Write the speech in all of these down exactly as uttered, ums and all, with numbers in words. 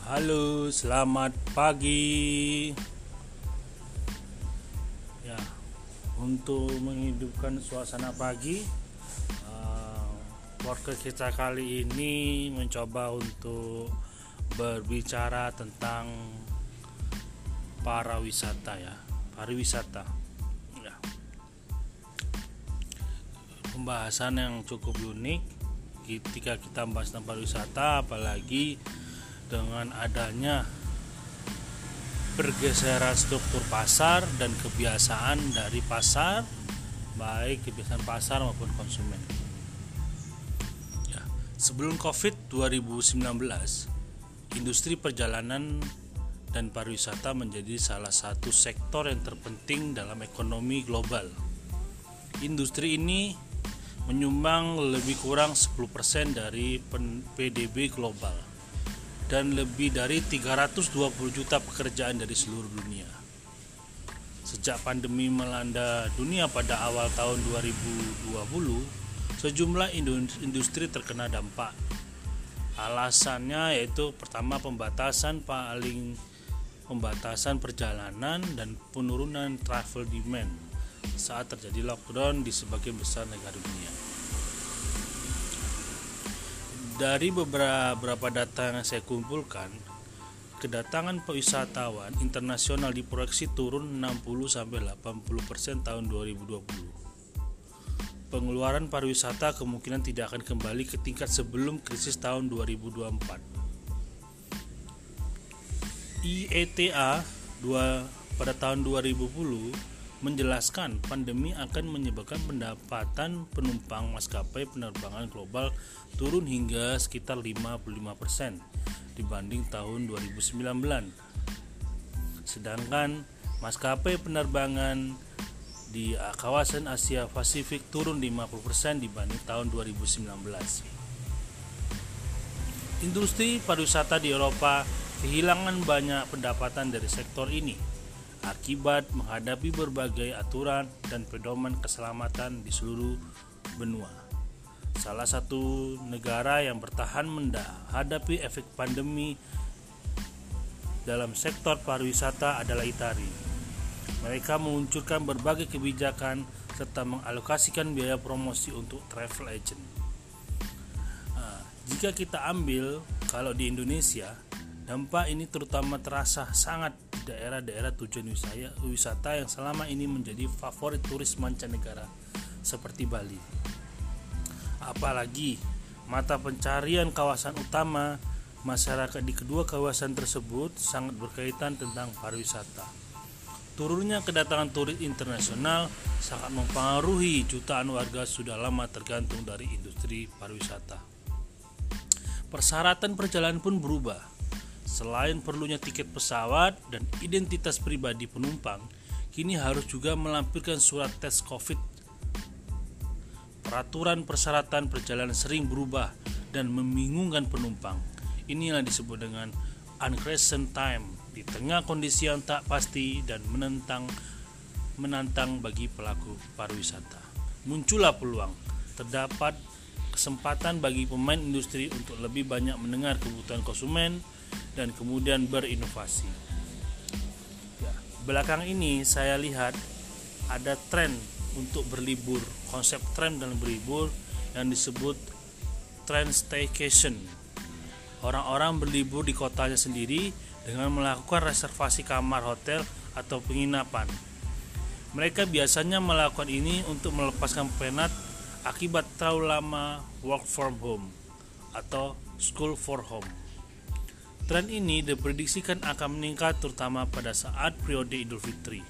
Halo, selamat pagi. Ya, untuk menghidupkan suasana pagi, uh, podcast kita kali ini mencoba untuk berbicara tentang para wisata ya, pariwisata. Ya, pembahasan yang cukup unik ketika kita membahas tentang pariwisata, apalagi dengan adanya pergeseran struktur pasar dan kebiasaan dari pasar, baik kebiasaan pasar maupun konsumen. Ya, sebelum Covid dua ribu sembilan belas, industri perjalanan dan pariwisata menjadi salah satu sektor yang terpenting dalam ekonomi global. Industri ini menyumbang lebih kurang sepuluh persen dari P D B global dan lebih dari tiga ratus dua puluh juta pekerjaan dari seluruh dunia. Sejak pandemi melanda dunia pada awal tahun dua ribu dua puluh, sejumlah industri terkena dampak. Alasannya yaitu pertama pembatasan paling pembatasan perjalanan dan penurunan travel demand saat terjadi lockdown di sebagian besar negara dunia. Dari beberapa data yang saya kumpulkan, kedatangan wisatawan internasional diproyeksi turun enam puluh sampai delapan puluh persen tahun dua ribu dua puluh. Pengeluaran pariwisata kemungkinan tidak akan kembali ke tingkat sebelum krisis tahun dua ribu dua puluh empat. I A T A pada tahun dua ribu sepuluh menjelaskan pandemi akan menyebabkan pendapatan penumpang maskapai penerbangan global turun hingga sekitar lima puluh lima persen dibanding tahun dua ribu sembilan belas. Sedangkan maskapai penerbangan di kawasan Asia Pasifik turun lima puluh persen dibanding tahun dua ribu sembilan belas. Industri pariwisata di Eropa kehilangan banyak pendapatan dari sektor ini akibat menghadapi berbagai aturan dan pedoman keselamatan di seluruh benua. Salah satu negara yang bertahan menghadapi efek pandemi dalam sektor pariwisata adalah Italia. Mereka meluncurkan berbagai kebijakan serta mengalokasikan biaya promosi untuk travel agent. Nah, jika kita ambil kalau di Indonesia, dampak ini terutama terasa sangat di daerah-daerah tujuan wisata yang selama ini menjadi favorit turis mancanegara seperti Bali. Apalagi mata pencarian kawasan utama masyarakat di kedua kawasan tersebut sangat berkaitan tentang pariwisata. Turunnya kedatangan turis internasional sangat mempengaruhi jutaan warga sudah lama tergantung dari industri pariwisata. Persyaratan perjalanan pun berubah. Selain perlunya tiket pesawat dan identitas pribadi penumpang, kini harus juga melampirkan surat tes COVID. Peraturan persyaratan perjalanan sering berubah dan membingungkan penumpang. Inilah disebut dengan uncertain time di tengah kondisi yang tak pasti dan menentang menantang bagi pelaku pariwisata. Muncullah peluang, terdapat kesempatan bagi pemain industri untuk lebih banyak mendengar kebutuhan konsumen dan kemudian berinovasi. Ya, belakang ini saya lihat ada tren untuk berlibur, konsep tren dan berlibur yang disebut tren staycation. Orang-orang berlibur di kotanya sendiri dengan melakukan reservasi kamar hotel atau penginapan. Mereka biasanya melakukan ini untuk melepaskan penat akibat terlalu lama work from home atau school for home. Tren ini diprediksikan akan meningkat terutama pada saat periode Idul Fitri.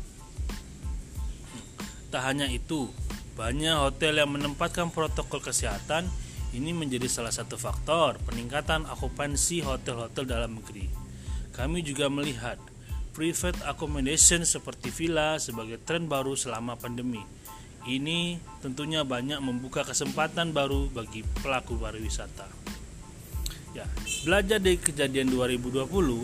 Tak hanya itu, banyak hotel yang menempatkan protokol kesehatan ini menjadi salah satu faktor peningkatan okupansi hotel-hotel dalam negeri. Kami juga melihat private accommodation seperti villa sebagai tren baru selama pandemi. Ini tentunya banyak membuka kesempatan baru bagi pelaku pariwisata. Ya, belajar dari kejadian dua ribu dua puluh,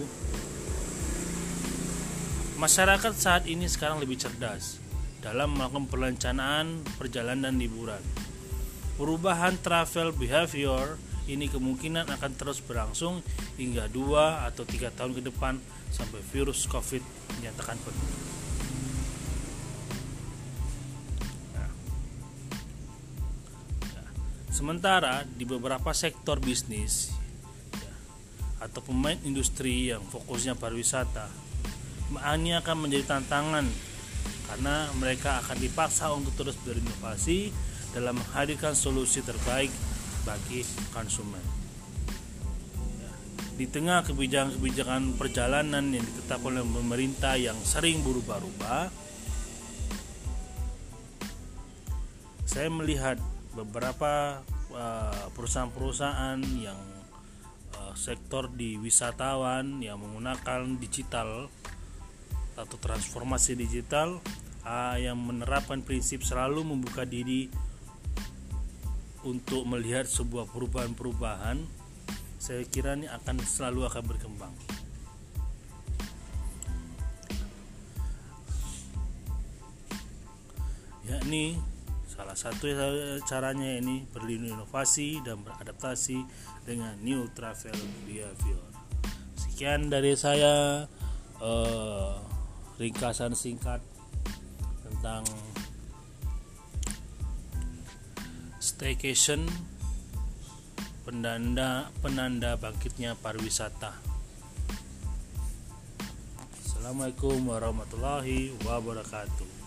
masyarakat saat ini sekarang lebih cerdas dalam melakukan perencanaan perjalanan liburan. Perubahan travel behavior ini kemungkinan akan terus berlangsung hingga dua atau tiga tahun ke depan sampai virus COVID dinyatakan penuh. Nah, ya. Sementara di beberapa sektor bisnis ya, atau pemain industri yang fokusnya pariwisata, ini akan menjadi tantangan karena mereka akan dipaksa untuk terus berinovasi dalam menghadirkan solusi terbaik bagi konsumen. Ya, di tengah kebijakan-kebijakan perjalanan yang ditetapkan oleh pemerintah yang sering berubah-ubah, saya melihat beberapa uh, perusahaan-perusahaan yang uh, sektor di wisatawan yang menggunakan digital atau transformasi digital uh, yang menerapkan prinsip selalu membuka diri untuk melihat sebuah perubahan-perubahan, saya kira ini akan selalu akan berkembang. Yakni salah satu caranya ini berinovasi dan beradaptasi dengan new travel behavior. Sekian dari saya, eh, ringkasan singkat tentang staycation, penanda penanda bangkitnya pariwisata. Assalamualaikum warahmatullahi wabarakatuh.